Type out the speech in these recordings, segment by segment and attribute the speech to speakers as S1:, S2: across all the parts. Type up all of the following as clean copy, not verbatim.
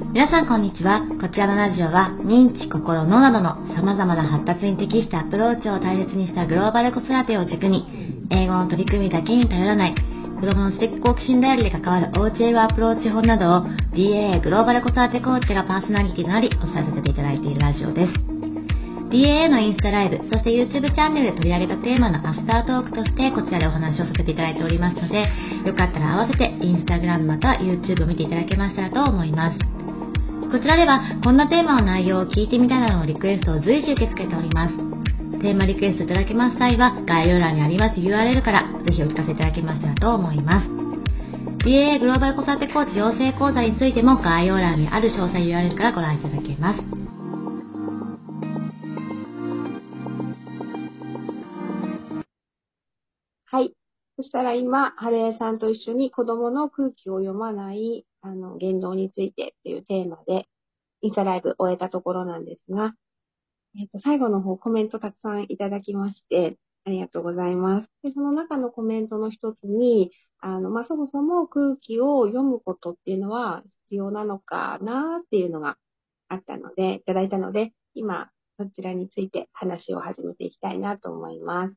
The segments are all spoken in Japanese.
S1: 皆さんこんにちは。こちらのラジオは認知、心、脳などの様々な発達に適したアプローチを大切にしたグローバル子育てを軸に、英語の取り組みだけに頼らない子供の知的好奇心ダイヤルで関わるおうち英語アプローチ法などを DAA グローバル子育てコーチがパーソナリティとなりお伝えさせていただいているラジオです。DAA のインスタライブ、そして YouTube チャンネルで取り上げたテーマのアフタートークとしてこちらでお話をさせていただいておりますので、よかったら合わせて Instagram または YouTube を見ていただけましたらと思います。こちらではこんなテーマの内容を聞いてみたいなどのリクエストを随時受け付けております。テーマリクエストいただけます際は概要欄にあります URL からぜひお聞かせいただけましたらと思います。DAA グローバル子育てコーチ養成講座についても概要欄にある詳細 URL からご覧いただけます。
S2: はい。そしたら今、ハレーさんと一緒に子供の空気を読まない言動についてというテーマでインスタライブ終えたところなんですが、最後の方コメントたくさんいただきまして、ありがとうございます。で、その中のコメントの一つに、そもそも空気を読むことっていうのは必要なのかなっていうのがあったので、いただいたので、今、そちらについて話を始めていきたいなと思います。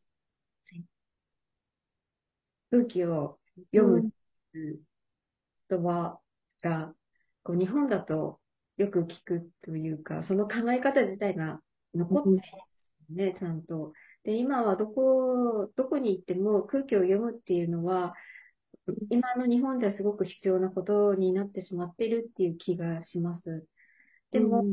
S3: 空気を読む言葉が、日本だとよく聞くというか、その考え方自体が残っているね、ちゃんと。で、今はどこに行っても空気を読むっていうのは、今の日本ではすごく必要なことになってしまっているっていう気がします。でも、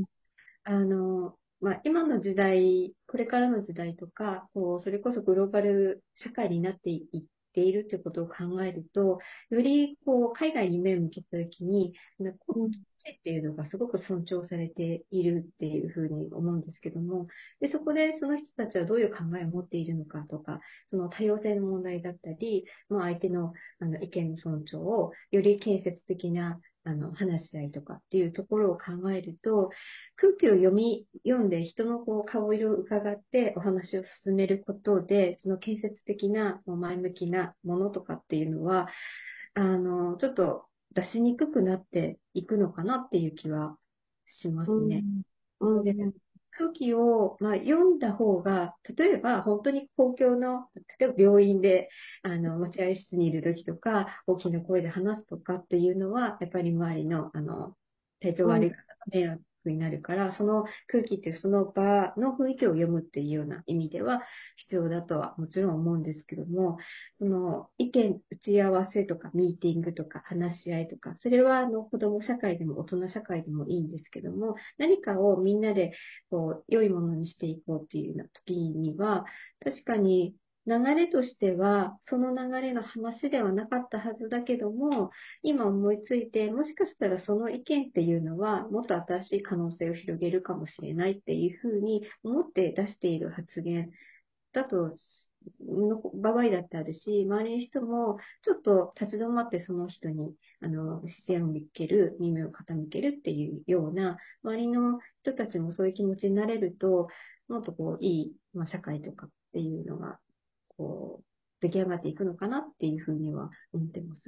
S3: 今の時代、これからの時代とか、それこそグローバル社会になっていっているということを考えると、より海外に目を向けたときに、こっちっていうのがすごく尊重されているっていうふうに思うんですけども、で、そこでその人たちはどういう考えを持っているのかとか、その多様性の問題だったり、相手の意見の尊重をより建設的な話し合いとかっていうところを考えると、空気を読んで人の顔色を伺ってお話を進めることで、その建設的な前向きなものとかっていうのは、ちょっと出しにくくなっていくのかなっていう気はしますね。で、空気を、読んだ方が、例えば本当に公共の、例えば病院で、待合室にいる時とか、大きな声で話すとかっていうのは、やっぱり周りの、体調悪い方が迷惑になるから、その空気ってその場の雰囲気を読むっていうような意味では必要だとはもちろん思うんですけども、その意見打ち合わせとかミーティングとか話し合いとか、それは子供社会でも大人社会でもいいんですけども、何かをみんなで良いものにしていこうっていうような時には、確かに流れとしては、その流れの話ではなかったはずだけども、今思いついて、もしかしたらその意見っていうのは、もっと新しい可能性を広げるかもしれないっていうふうに思って出している発言だと、の場合だってあるし、周りの人もちょっと立ち止まってその人に視線を向ける、耳を傾けるっていうような、周りの人たちもそういう気持ちになれると、もっといい、社会とかっていうのが、出来上がっていくのかなっていうふうには思ってます。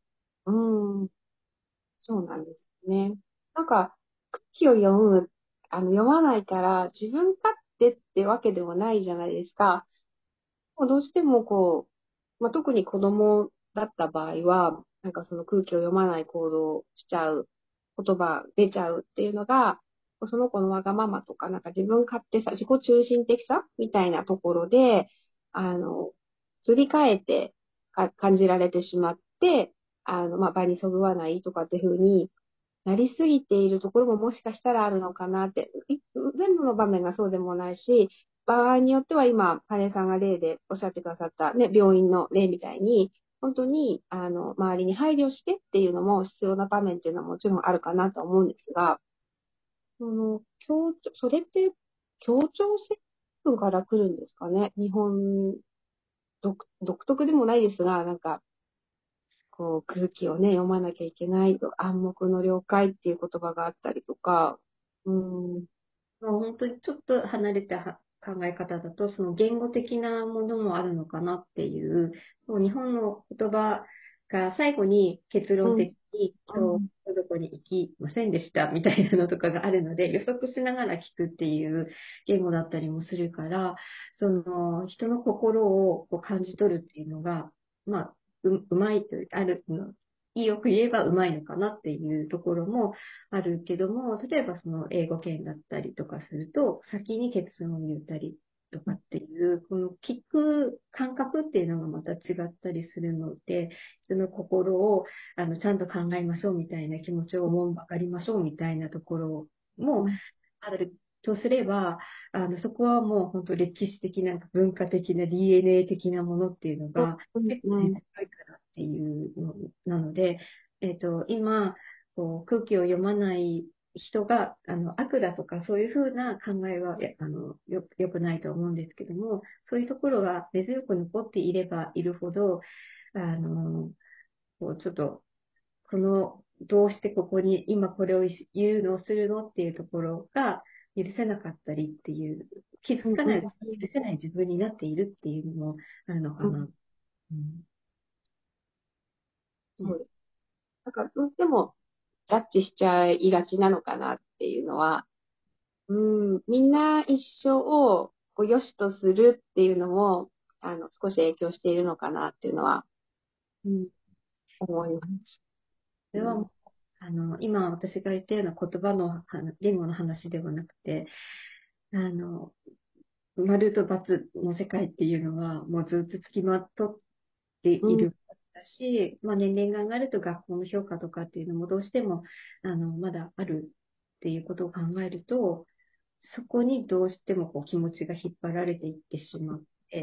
S2: そうなんですね。なんか、空気を読まないから自分勝手ってわけでもないじゃないですか。どうしても特に子供だった場合は、なんかその空気を読まない行動をしちゃう、言葉出ちゃうっていうのが、その子のわがままとか、なんか自分勝手さ、自己中心的さみたいなところで、すり替えて感じられてしまって、場にそぐわないとかっていうふうになりすぎているところももしかしたらあるのかなって、全部の場面がそうでもないし、場合によっては今、カレンさんが例でおっしゃってくださったね、病院の例みたいに、本当に、周りに配慮してっていうのも必要な場面っていうのはもちろんあるかなと思うんですが、それって協調性から来るんですかね。日本独特でもないですが、なんか、空気をね、読まなきゃいけないとか、暗黙の了解っていう言葉があったりとか、
S3: もう本当にちょっと離れた考え方だと、その言語的なものもあるのかなっていう、もう日本の言葉が最後に結論的に、今日、どこに行きませんでしたみたいなのとかがあるので、予測しながら聞くっていう言語だったりもするから、その、人の心をこう感じ取るっていうのが、まあ、うまいという、よく言えばうまいのかなっていうところもあるけども、例えばその英語圏だったりとかすると、先に結論を言ったりとかっていう、この聞く感覚っていうのがまた違ったりするので、人の心をちゃんと考えましょうみたいな気持ちを思い分かりましょうみたいなところもあるとすれば、そこはもう本当歴史的な文化的な DNA 的なものっていうのが結構ね、強いからっていうのなので、今、こう空気を読まない人が、悪だとかそういうふうな考えは、よくないと思うんですけども、そういうところが根強く残っていればいるほど、あの、こうちょっと、どうしてここに今これを言うのをするのっていうところが許せなかったりっていう、気づかないうちに許せない自分になっているっていうのもあるのかな。うん、ね、
S2: そうです。なんか、どうしても、ジャッジしちゃいがちなのかなっていうのは、みんな一緒をこう良しとするっていうのも、少し影響しているのかなっていうのは、思います。
S3: それはもう今私が言ったような言葉の言語の話ではなくて、あの、丸と×の世界っていうのは、もうずっと付きまとって
S2: うん、
S3: いるだし、まあ、年齢が上がると学校の評価とかっていうのもどうしても、まだあるっていうことを考えると、そこにどうしてもこう気持ちが引っ張られていってしまって、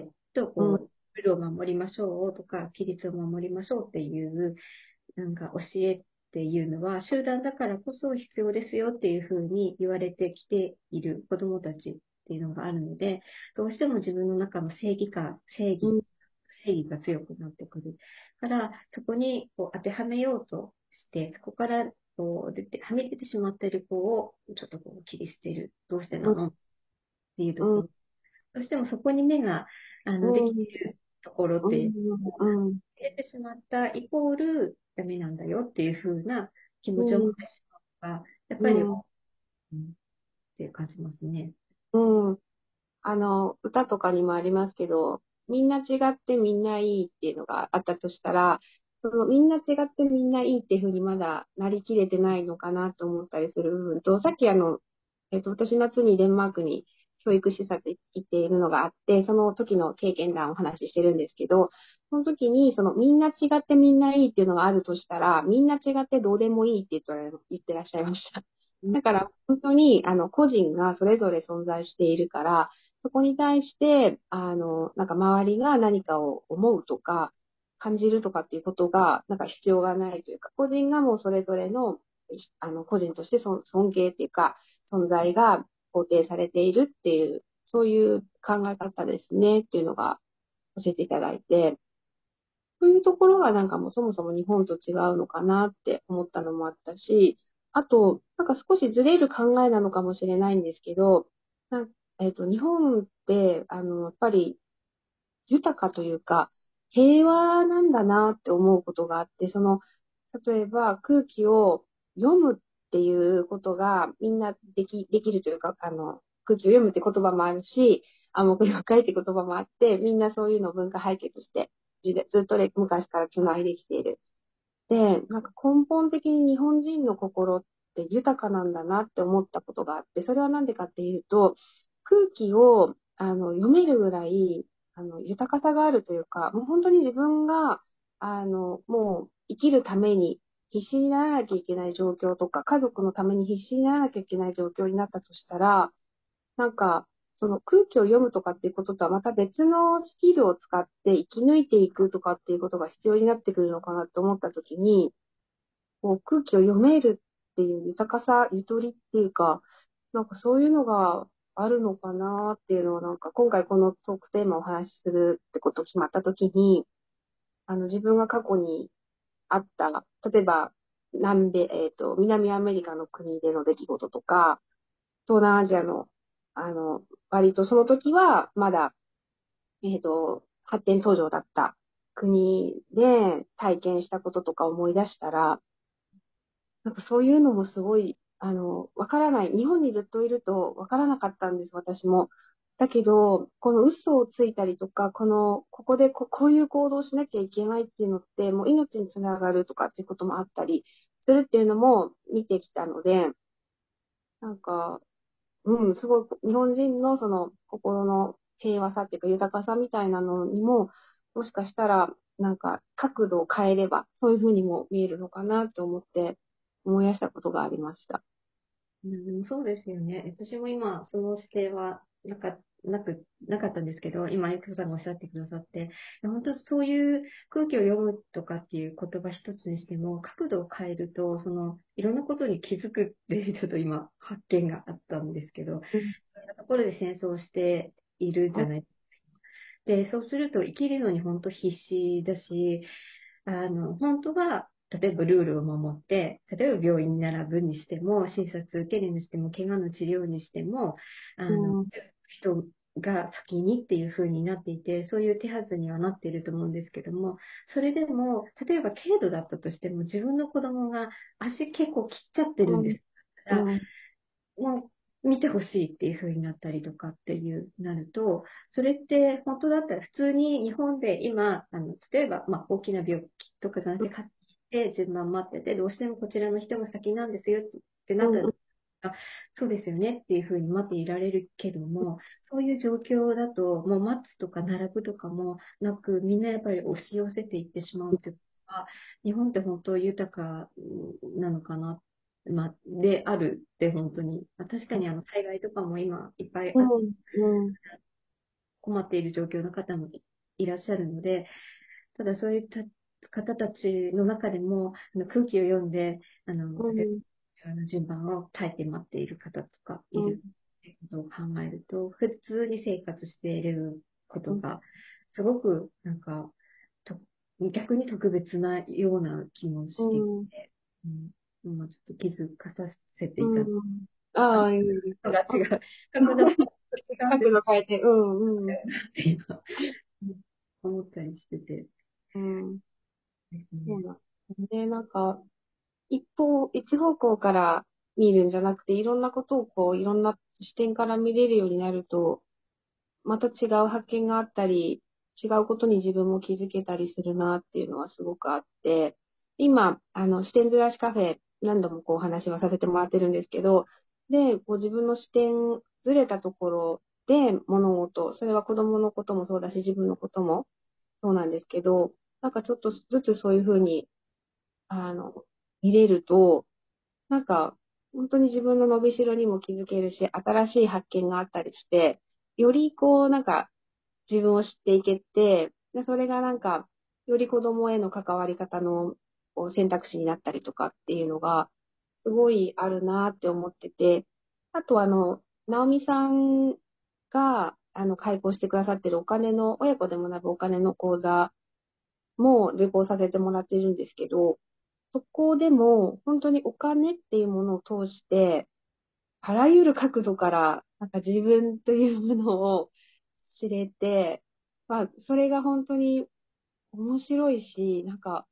S2: うん、
S3: ルールを守りましょうとか、規律を守りましょうっていう、なんか教えっていうのは、集団だからこそ必要ですよっていうふうに言われてきている子供たちっていうのがあるので、どうしても自分の中の
S2: うん、
S3: 正義が強くなってくる。から、そこにこう当てはめようとして、そこからはみ出てしまっている子をちょっとこう切り捨てる。どうしてな
S2: うん、
S3: のっていうと
S2: うん、
S3: ころ。どうしてもそこに目ができているところっていう
S2: うん、
S3: 入れてしまったイコールダメなんだよっていう風な気持ちを持っ
S2: うん、
S3: てしまうのが、やっぱり、
S2: うん、
S3: って感じますね。
S2: うん。歌とかにもありますけど、みんな違ってみんないいっていうのがあったとしたら、そのみんな違ってみんないいっていうふうにまだなりきれてないのかなと思ったりする部分と、さっき私夏にデンマークに教育視察行っているのがあって、その時の経験談をお話ししてるんですけど、その時にそのみんな違ってみんないいっていうのがあるとしたら、みんな違ってどうでもいいって言ってらっしゃいました。だから本当に個人がそれぞれ存在しているから、そこに対して、なんか周りが何かを思うとか、感じるとかっていうことが、なんか必要がないというか、個人がもうそれぞれの、個人として尊敬っていうか、存在が肯定されているっていう、そういう考え方ですねっていうのが教えていただいて、そういうところがなんかもうそもそも日本と違うのかなって思ったのもあったし、あと、なんか少しずれる考えなのかもしれないんですけど、なん日本って、やっぱり豊かというか、平和なんだなって思うことがあって、例えば空気を読むっていうことがみんなできるというか、空気を読むって言葉もあるし、暗黙了解って言葉もあって、みんなそういうのを文化背景としてずっと昔から繋いできている。で、なんか根本的に日本人の心って豊かなんだなって思ったことがあって、それはなんでかっていうと、空気を読めるぐらい豊かさがあるというか、もう本当に自分がもう生きるために必死にならなきゃいけない状況とか、家族のために必死にならなきゃいけない状況になったとしたら、なんか、その空気を読むとかっていうこととはまた別のスキルを使って生き抜いていくとかっていうことが必要になってくるのかなと思ったときに、こう空気を読めるっていう豊かさ、ゆとりっていうか、なんかそういうのがあるのかなっていうのをなんか今回このトークテーマをお話しするってこと決まったときに、自分が過去にあった、例えば南アメリカの国での出来事とか、東南アジアの、割とその時はまだ、発展途上だった国で体験したこととか思い出したら、 なんかそういうのもすごい、わからない。日本にずっといるとわからなかったんです、私も。だけど、この嘘をついたりとか、ここでこういう行動をしなきゃいけないっていうのって、もう命につながるとかっていうこともあったりするっていうのも見てきたので、なんか、すごい日本人のその心の平和さっていうか豊かさみたいなのにも、もしかしたら、なんか角度を変えれば、そういうふうにも見えるのかなと思って思い出したことがありました。
S3: でもそうですよね。私も今、その姿勢はなかったんですけど、今、ゆくさんがおっしゃってくださって、本当そういう空気を読むとかっていう言葉一つにしても、角度を変えると、いろんなことに気づくっていう、ちょっと今、発見があったんですけど、
S2: うん、
S3: そういうところで戦争をしているじ
S2: うん、
S3: ゃない。で、そうすると生きるのに本当必死だし、本当は、例えばルールを守って、例えば病院に並ぶにしても、診察受けるにしても、怪我の治療にしても、あの、
S2: うん、
S3: 人が先にっていう風になっていて、そういう手はずにはなっていると思うんですけども、それでも、例えば軽度だったとしても、自分の子供が足結構切っちゃってるんですから、
S2: うん、
S3: もう見てほしいっていう風になったりとかっていうなると、それって本当だったら普通に日本で今、例えば、大きな病気とかじゃなくて、買って順番待ってて、どうしてもこちらの人が先なんですよってなったら、
S2: うん、
S3: あ、そうですよねっていう風に待っていられるけども、そういう状況だと、もう待つとか並ぶとかもなく、みんなやっぱり押し寄せていってしまうっていうことは、日本って本当豊かなのかな、であるって本当に、確かに災害とかも今いっぱい
S2: うん、うん、
S3: 困っている状況の方もいらっしゃるので、ただそういった方たちの中でも、空気を読んで、例え
S2: うん、
S3: ば順番を耐えて待っている方とかい
S2: うん、
S3: るっていうことを考えると、普通に生活していることが、すごくと逆に特別なような気も
S2: う
S3: してき
S2: ん、
S3: て、今ちょっと気づかさせていただ
S2: うん。ああ、いいですね。
S3: のが違う。角度が違うんです
S2: 角度変えて、うん、うん、
S3: って今、思ったりしてて
S2: うん。
S3: ですね。
S2: そうなんですね。なんか、一方向から見るんじゃなくて、いろんなことをいろんな視点から見れるようになると、また違う発見があったり、違うことに自分も気づけたりするなっていうのはすごくあって、今、視点ずらしカフェ、何度もお話はさせてもらってるんですけど、で、自分の視点ずれたところで物事、それは子供のこともそうだし、自分のこともそうなんですけど、なんかちょっとずつそういうふうに、あの、見れると、なんか、本当に自分の伸びしろにも気づけるし、新しい発見があったりして、よりなんか、自分を知っていけて、で、それがなんか、より子供への関わり方の選択肢になったりとかっていうのが、すごいあるなって思ってて、あと直美さんが、開講してくださってる親子で学ぶお金の講座も受講させてもらってるんですけど、そこでも、本当にお金っていうものを通して、あらゆる角度から、なんか自分というものを知れて、それが本当に面白いし、なんか、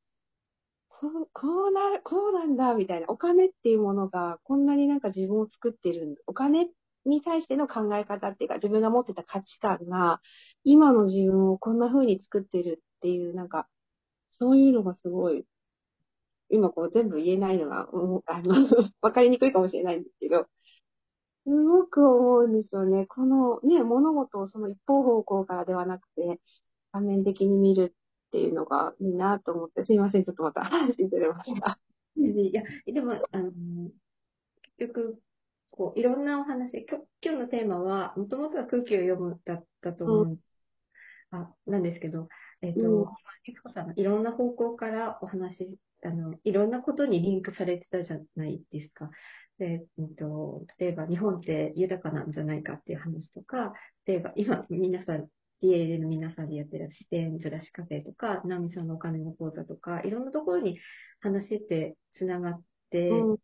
S2: こうなんだ、みたいな。お金っていうものが、こんなになんか自分を作ってるお金に対しての考え方っていうか、自分が持ってた価値観が、今の自分をこんな風に作ってるっていう、なんか、そういうのがすごい、今全部言えないのが、わかりにくいかもしれないんですけど、すごく思うんですよね。このね、物事をその一方方向からではなくて、多面的に見るっていうのがいいなと思って、すいません、ちょっとまた話しずれました。
S3: いや、でも、結局、いろんなお話、今日のテーマは、もともとは空気を読むだったと
S2: うん、
S3: 思う、なんですけど、
S2: うん、
S3: 今、ゆきこさんがいろんな方向からお話、いろんなことにリンクされてたじゃないですか。で、例えば日本って豊かなんじゃないかっていう話とか、例えば今、皆さん、DA の皆さんでやってる視点ずらしカフェとか、ナミさんのお金の講座とか、いろんなところに話ってつながって
S2: うん、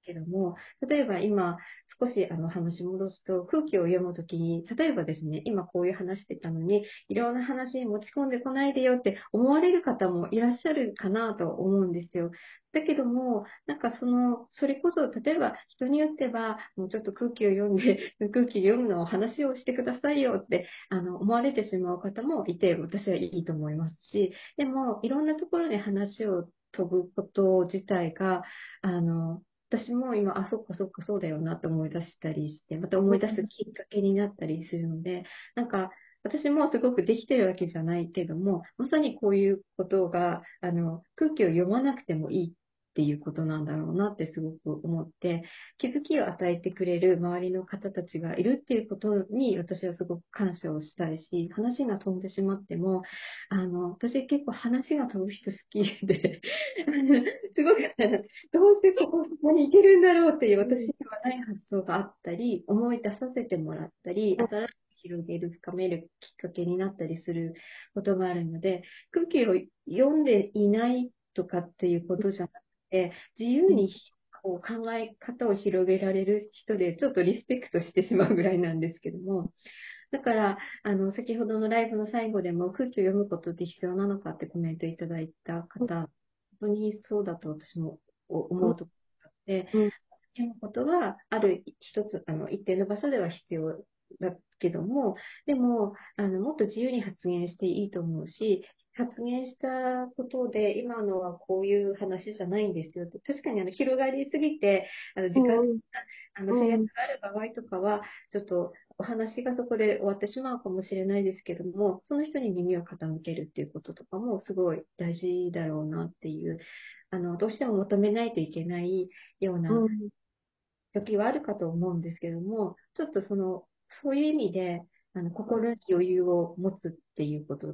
S3: けども、例えば今、少し話戻すと、空気を読むときに、例えばですね、今こういう話してたのに、いろんな話に持ち込んでこないでよって思われる方もいらっしゃるかなと思うんですよ。だけども、なんかそれこそ、例えば人によっては、もうちょっと空気を読んで、空気読むのを話をしてくださいよって、思われてしまう方もいて、私はいいと思いますし、でも、いろんなところで話を飛ぶこと自体が、私も今、あ、そっかそっかそうだよなと思い出したりして、また思い出すきっかけになったりするので、なんか、私もすごくできてるわけじゃないけども、まさにこういうことが、空気を読まなくてもいいっていうことなんだろうなってすごく思って、気づきを与えてくれる周りの方たちがいるっていうことに私はすごく感謝をしたいし、話が飛んでしまっても、私結構話が飛ぶ人好きで、すごく、どうしてここに行けるんだろうっていう私にはない発想があったり、思い出させてもらったり、新しく広げる、深めるきっかけになったりすることがあるので、空気を読んでいないとかっていうことじゃなくて、自由にこう考え方を広げられる人で、ちょっとリスペクトしてしまうぐらいなんですけども、だから、先ほどのライブの最後でも空気を読むことって必要なのかってコメントいただいた方、本当にそうだと私も思うところがあって、読むことは、ある一つ、一定の場所では必要だけども、でも、もっと自由に発言していいと思うし、発言したことで、今のはこういう話じゃないんですよって。確かに広がりすぎて、時間、制約がある場合とかは、ちょっとお話がそこで終わってしまうかもしれないですけども、その人に耳を傾けるっていうこととかもすごい大事だろうなっていう、どうしても求めないといけないような時はあるかと思うんですけども、ちょっとそういう意味で、心に余裕を持つっていうことって、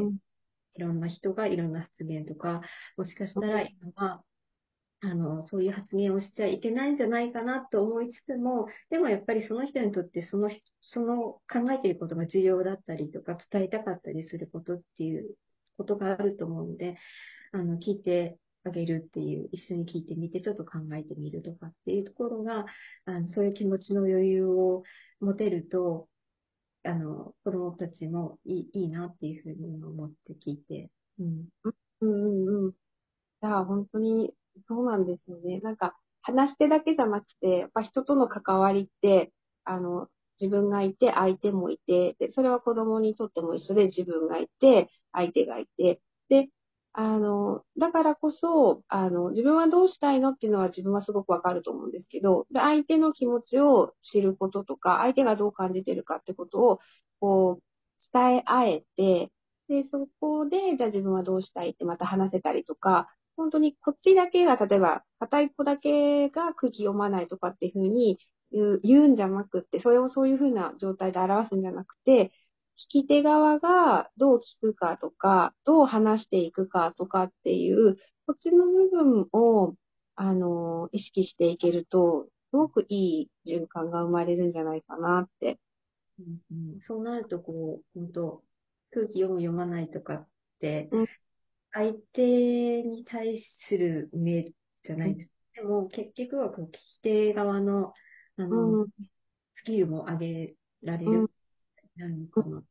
S3: いろんな人がいろんな発言とか、もしかしたら今は、そういう発言をしちゃいけないんじゃないかなと思いつつも、でもやっぱりその人にとってその考えていることが重要だったりとか、伝えたかったりすることっていうことがあると思うので、聞いてあげるっていう、一緒に聞いてみて、ちょっと考えてみるとかっていうところが、そういう気持ちの余裕を持てると、子供たちもいいなっていうふうに思って聞いて、うん。
S2: いや、本当にそうなんですよね。なんか、話し手だけじゃなくて、やっぱ人との関わりって、あの、自分がいて、相手もいて、で、それは子供にとっても一緒で、自分がいて、相手がいて、で、だからこそ、自分はどうしたいのっていうのは自分はすごくわかると思うんですけど、で、相手の気持ちを知ることとか、相手がどう感じてるかってことを、こう、伝え合えて、で、そこで、じゃあ自分はどうしたいってまた話せたりとか、本当にこっちだけが、例えば、片一方だけが空気読まないとかっていうふうに言うんじゃなくて、それをそういうふうな状態で表すんじゃなくて、聞き手側がどう聞くかとか、どう話していくかとかっていう、こっちの部分を、意識していけると、すごくいい循環が生まれるんじゃないかなって。
S3: そうなると、本当、空気読む読まないとかって、
S2: うん、
S3: 相手に対する目じゃ
S2: うん、
S3: ないです。でも、結局は聞き手側の、あ
S2: う
S3: の、
S2: ん、
S3: スキルも上げられ
S2: うん、
S3: るようになるのかなって。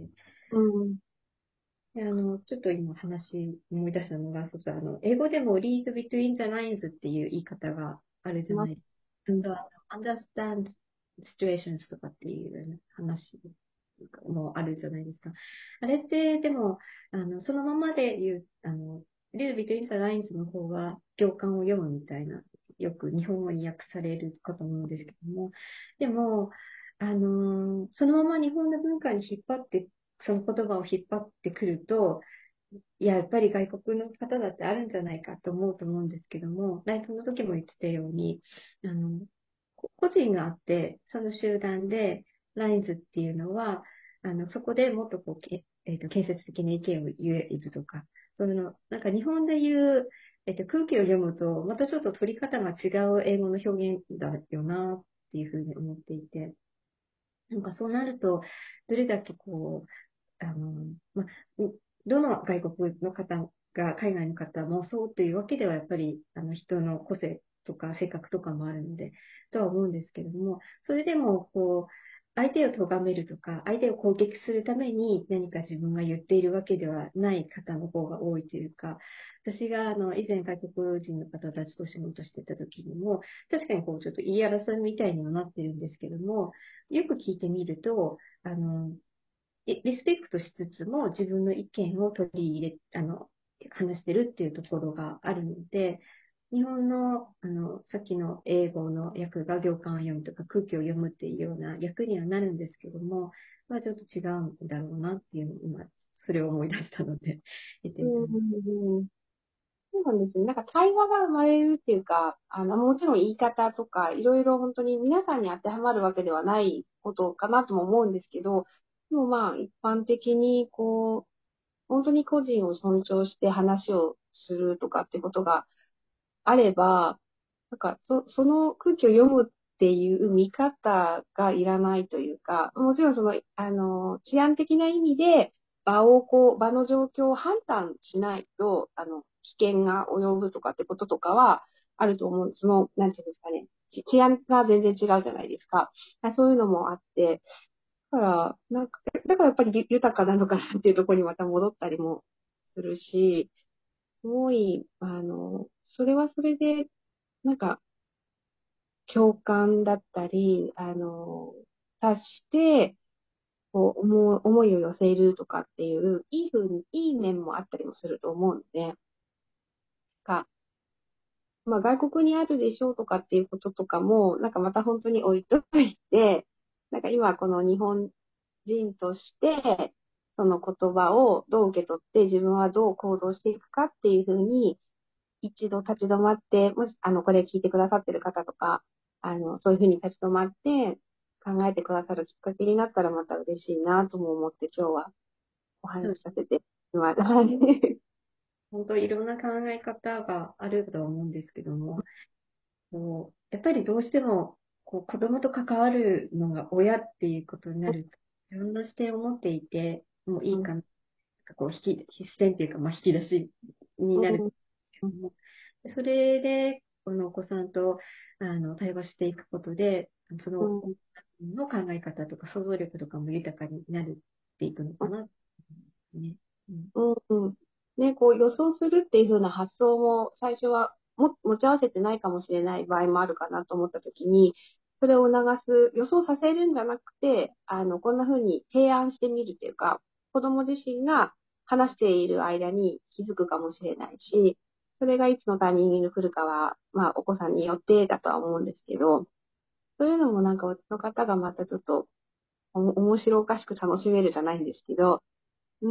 S2: うん、
S3: でちょっと今話思い出したのが、そうそう、英語でも read between the lines っていう言い方があるじゃないですか。あとは、understand situations とかっていう話もあるじゃないですか。あれって、でも、そのままで言う、read between the lines の方は行間を読むみたいな、よく日本語に訳されるかと思うんですけども、でも、そのまま日本の文化に引っ張ってその言葉を引っ張ってくると、やっぱり外国の方だってあるんじゃないかと思うと思うんですけども、ライブの時も言ってたように、あの、個人があって、その集団で、ラインズっていうのは、そこでもっと建設的な意見を言えるとか、なんか日本で言う、空気を読むと、またちょっと取り方が違う英語の表現だよな、っていうふうに思っていて、なんかそうなると、どれだけまあ、どの外国の方が、海外の方もそうというわけでは、やっぱり、人の個性、 とか性格とかもあるので、とは思うんですけども、それでも、こう、相手を咎めるとか、相手を攻撃するために何か自分が言っているわけではない方の方が多いというか、私が以前外国人の方たちと仕事してた時にも、確かにこうちょっと言い争いみたいにはなってるんですけども、よく聞いてみると、リスペクトしつつも自分の意見を取り入れ、話してるっていうところがあるので、日本の、さっきの英語の訳が行間を読むとか空気を読むっていうような訳にはなるんですけども、まあちょっと違うんだろうなっていうのを今、それを思い出したので、言って
S2: う
S3: みたんです。
S2: ん。そうなんですね。なんか対話が生まれるっていうか、もちろん言い方とか、いろいろ本当に皆さんに当てはまるわけではないことかなとも思うんですけど、でもまあ一般的にこう、本当に個人を尊重して話をするとかってことがあれば、なんかその空気を読むっていう見方がいらないというか、もちろんその、治安的な意味で場の状況を判断しないと、危険が及ぶとかってこととかはあると思う。なんていうんですかね。治安が全然違うじゃないですか。そういうのもあって、だからやっぱり豊かなのかなっていうところにまた戻ったりもするし、すごい、それはそれで、なんか、共感だったり、察して、こう、思いを寄せるとかっていう、いい面もあったりもすると思うので、か、まあ、外国にあるでしょうとかっていうこととかも、なんかまた本当に置いといて、なんか今この日本人として、その言葉をどう受け取って自分はどう行動していくかっていうふうに、一度立ち止まって、もし、これ聞いてくださってる方とか、そういうふうに立ち止まって考えてくださるきっかけになったらまた嬉しいなとも思って今日はお話しさせてもらった。
S3: 本当いろんな考え方があると思うんですけども、こうやっぱりどうしてもこう子供と関わるのが親っていうことになると、いろんな視点を持っていてもいいかな、こう視点っていうか、まあ、引き出しになるんですけども、それでこのお子さんと対話していくことで、そのお子さんの考え方とか想像力とかも豊かになるっていくのかなと思いますね。うん。
S2: うん。ね、こう予想するっていう風な発想も最初は持ち合わせてないかもしれない場合もあるかなと思ったときに、それを予想させるんじゃなくて、こんな風に提案してみるというか、子供自身が話している間に気づくかもしれないし、それがいつのタイミングに来るかは、まあ、お子さんによってだとは思うんですけど、そういうのもなんか、その方がまたちょっと面白おかしく楽しめるじゃないんですけど、うん。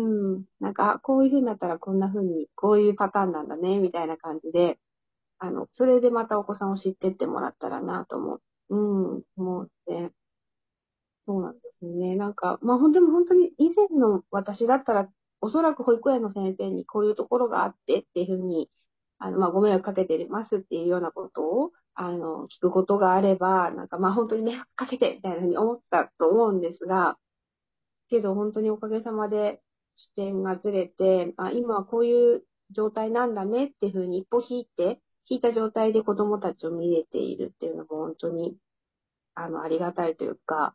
S2: なんか、こういう風になったらこんな風に、こういうパターンなんだね、みたいな感じで、それでまたお子さんを知ってってもらったらなと思って、そうなんですよね。なんか、まあ、でも本当に以前の私だったら、おそらく保育園の先生にこういうところがあってっていう風に、まあ、ご迷惑かけてますっていうようなことを、聞くことがあれば、なんか、まあ、本当に迷惑かけて、みたいな風に思ったと思うんですが、けど本当におかげさまで視点がずれて、今はこういう状態なんだねっていうふうに一歩引いた状態で子供たちを見れているっていうのも本当に、ありがたいというか、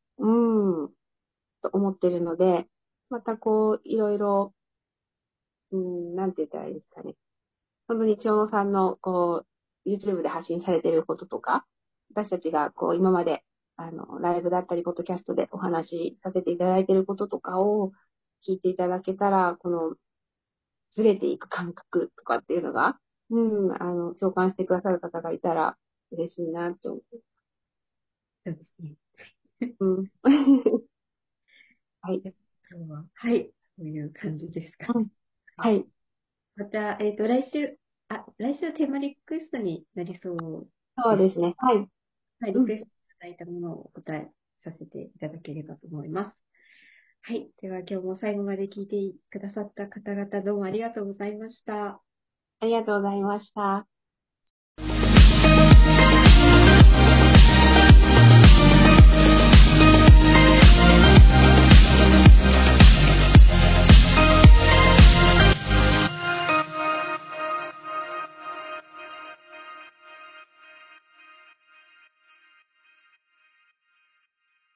S2: と思ってるので、またこう、いろいろ、なんて言ったらいいですかね。本当に千代野さんの、こう、YouTube で発信されていることとか、私たちが、こう、今まで、ライブだったり、ポッドキャストでお話しさせていただいていることとかを聞いていただけたら、この、ずれていく感覚とかっていうのが、共感してくださる方がいたら嬉しいなって思う。
S3: そうですね。
S2: うん。はい。
S3: で今日は、はい、そういう感じですかね。
S2: うん。はい。
S3: また、来週テーマリクエストになりそうです。
S2: そうですね。はい。
S3: はい、リ
S2: うん。
S3: クエストいただいたものをお答えさせていただければと思います。はい。では、今日も最後まで聞いてくださった方々、どうもありがとうございました。
S2: ありがとうございました。